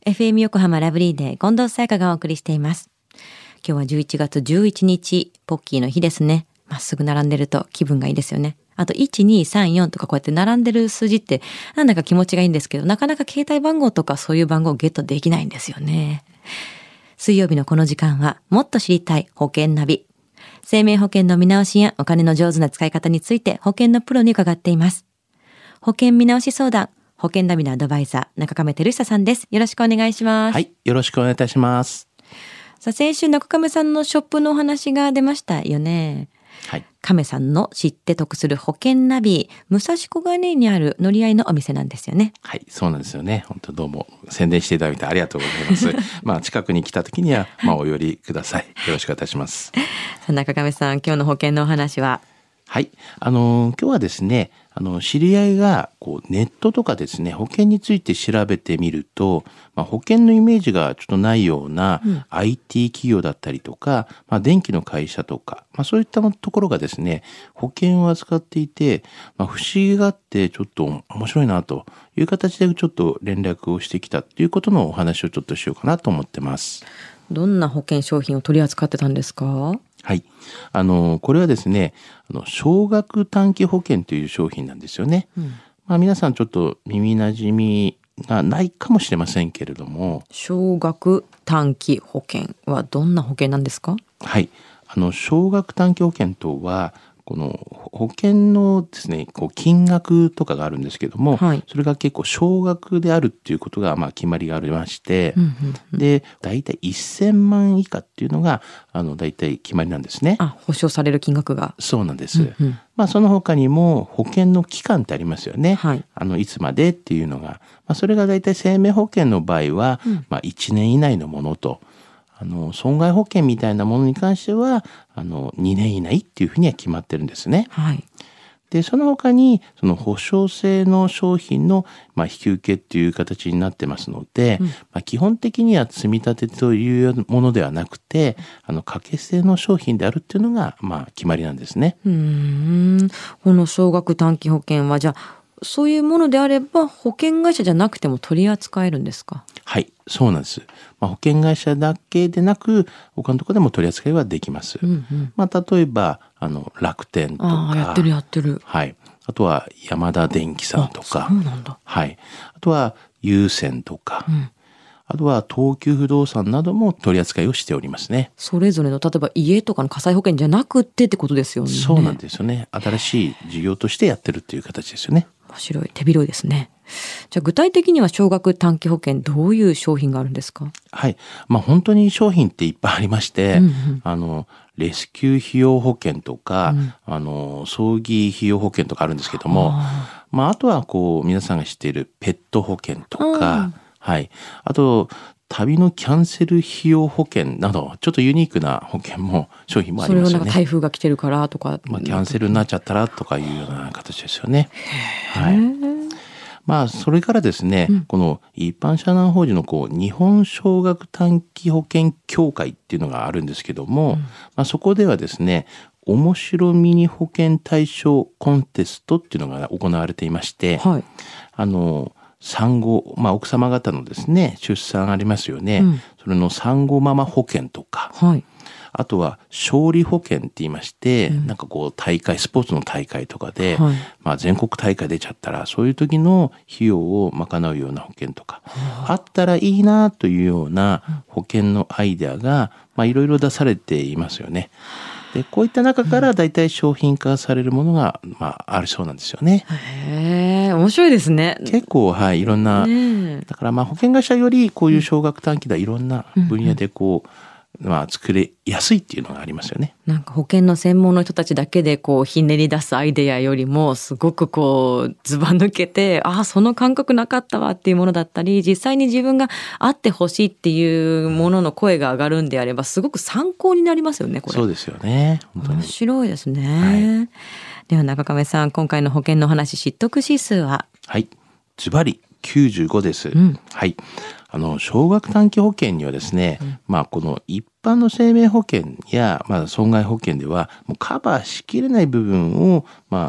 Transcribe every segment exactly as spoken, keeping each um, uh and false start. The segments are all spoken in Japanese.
エフエム 横浜ラブリーデー近藤沙耶香がお送りしています。今日はじゅういちがつじゅういちにち、ポッキーの日ですね。まっすぐ並んでると気分がいいですよね。あといち、に、さん、よんとかこうやって並んでる数字ってなんだか気持ちがいいんですけど、なかなか携帯番号とかそういう番号をゲットできないんですよね。水曜日のこの時間はもっと知りたい保険ナビ。生命保険の見直しやお金の上手な使い方について保険のプロに伺っています。保険見直し相談、保険ナビのアドバイザー、中亀照久さんです。よろしくお願いします。 はい、よろしくお願いいたします。 さあ、先週中亀さんのショップのお話が出ましたよね。はい。亀さんの知って得する保険ナビ、武蔵小金井にある乗り合いのお店なんですよね。 はい、そうなんですよね。本当どうも宣伝していただいてありがとうございます。まあ近くに来た時にはまあお寄りください。よろしくお願いいたします。 さあ、中亀さん、今日の保険のお話は？ はい、あのー、今日はですね、あの知り合いがこうネットとかですね、保険について調べてみると、まあ、保険のイメージがちょっとないような アイティー 企業だったりとか、まあ、電気の会社とか、まあ、そういったところがですね、保険を扱っていて、まあ、不思議があってちょっと面白いなという形でちょっと連絡をしてきたということのお話をちょっとしようかなと思ってます。 どんな保険商品を取り扱ってたんですか？ はい。あの、これはですね、あの、少額短期保険という商品なんですよね。うん、まあ皆さんちょっと耳馴染みがないかもしれませんけれども。 少額短期保険はどんな保険なんですか？ はい。あの、少額短期保険とは、この保険のですね、こう金額とかがあるんですけども、はい、それが結構少額であるっていうことがまあ決まりがありまして、うんうんうん、で大体せんまん以下っていうのがあの大体決まりなんですね。 あ、保証される金額が。 そうなんです。 うんうん、 まあその他にも保険の期間ってありますよね。 はい、 あのいつまでっていうのが、まあ、それが大体生命保険の場合は、うん、まあいちねん以内のものと。あの損害保険みたいなものに関してはあのにねん以内っていうふうには決まってるんですね。 はい、 でその他にその保証性の商品の、まあ、引き受けっていう形になってますので、うん、まあ、基本的には積み立てというものではなくてあの掛け捨ての商品であるっていうのが、まあ、決まりなんですね。 うーん、この少額短期保険はじゃあそういうものであれば保険会社じゃなくても取り扱えるんですか？ はい、そうなんです。まあ、保険会社だけでなく他のところでも取り扱いはできます。うんうん、まあ、例えばあの楽天とか、 あ、やってるやってる。 はい、あとはヤマダ電機さんとか、 そうなんだ。 はい、あとは優先とか、うん、あとは東急不動産なども取り扱いをしておりますね。 それぞれの例えば家とかの火災保険じゃなくてってことですよね。 そうなんですよね。新しい事業としてやってるっていう形ですよね。 面白い、手広いですね。じゃあ具体的には少額短期保険どういう商品があるんですか？ はい、まあ本当に商品っていっぱいありまして、うんうん、あのレスキュー費用保険とか、うん、あの葬儀費用保険とかあるんですけども、あまああとはこう皆さんが知っているペット保険とか、はい、あと旅のキャンセル費用保険などちょっとユニークな保険も商品もありますよね。 それはなんか台風が来てるからとか、 まあ、キャンセルになっちゃったらとかいうような形ですよね。はい。まあそれからですね、うん、この一般社団法人のこう日本少額短期保険協会っていうのがあるんですけども、うん、まあ、そこではですね面白ミニ保険対象コンテストっていうのが行われていまして、はい、あの産後、まあ、奥様方のですね出産ありますよね、うん、それの産後ママ保険とか、はい、あとは勝利保険って言いまして、うん、なんかこう大会スポーツの大会とかで、はい、まあ、全国大会出ちゃったらそういう時の費用を賄うような保険とか、はあ、あったらいいなというような保険のアイデアが、まあ、いろいろ出されていますよね。でこういった中からだいたい商品化されるものが、まあ、あるそうなんですよね。 へえ、面白いですね。 結構、はい、いろんな、ね、だからまあ保険会社よりこういう少額短期ではいろんな分野でこう、うんうんまあ、作れやすいっていうのがありますよね。 なんか保険の専門の人たちだけでこうひねり出すアイデアよりもすごくこうずば抜けて、ああその感覚なかったわっていうものだったり、実際に自分があってほしいっていうものの声が上がるんであればすごく参考になりますよね、これ。 そうですよね。本当に面白いですね。はい、では中亀さん、今回の保険の話、知得指数は？ はい、ズバリきゅうじゅうごです。うん、はい。あの少額短期保険にはですね、うん、まあこの一般の生命保険やまあ損害保険ではもうカバーしきれない部分をまあ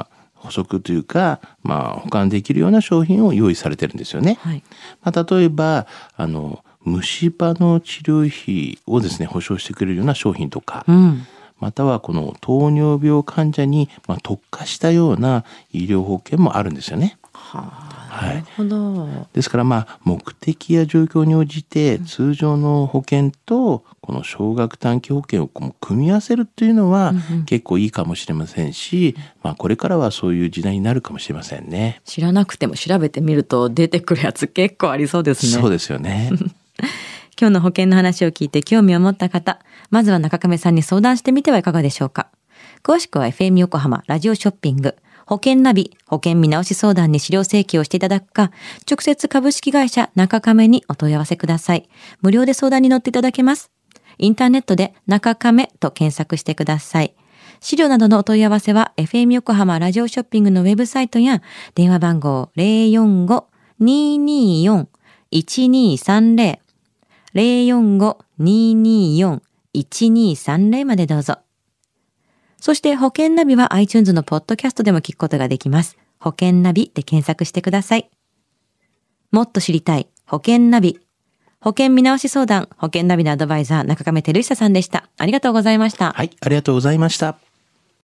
補足というか、まあ、保管できるような商品を用意されてるんですよね。 はい。 まあ、例えばあの虫歯の治療費をですね保証してくれるような商品とか、 うん。 またはこの糖尿病患者にまあ特化したような医療保険もあるんですよね。 はあ、 はい、 なるほど。 ですからまあ目的や状況に応じて通常の保険とこの少額短期保険をこう組み合わせるというのは結構いいかもしれませんし、まあこれからはそういう時代になるかもしれませんね。 知らなくても調べてみると出てくるやつ結構ありそうですね。 そうですよね。 今日の保険の話を聞いて興味を持った方、まずは中亀さんに相談してみてはいかがでしょうか。詳しくは エフエム 横浜ラジオショッピング保険ナビ保険見直し相談に資料請求をしていただくか、直接株式会社中亀にお問い合わせください。無料で相談に乗っていただけます。インターネットで中亀と検索してください。資料などのお問い合わせは エフエム 横浜ラジオショッピングのウェブサイトや電話番号 ゼロよんご にーにーよん いちにーさんゼロ ゼロよんご にーにーよん いちにーさんゼロまでどうぞ。そして保険ナビは iTunes のポッドキャストでも聞くことができます。保険ナビで検索してください。もっと知りたい保険ナビ。保険見直し相談、保険ナビのアドバイザー中亀照久さんでした。ありがとうございました。 はい、ありがとうございました。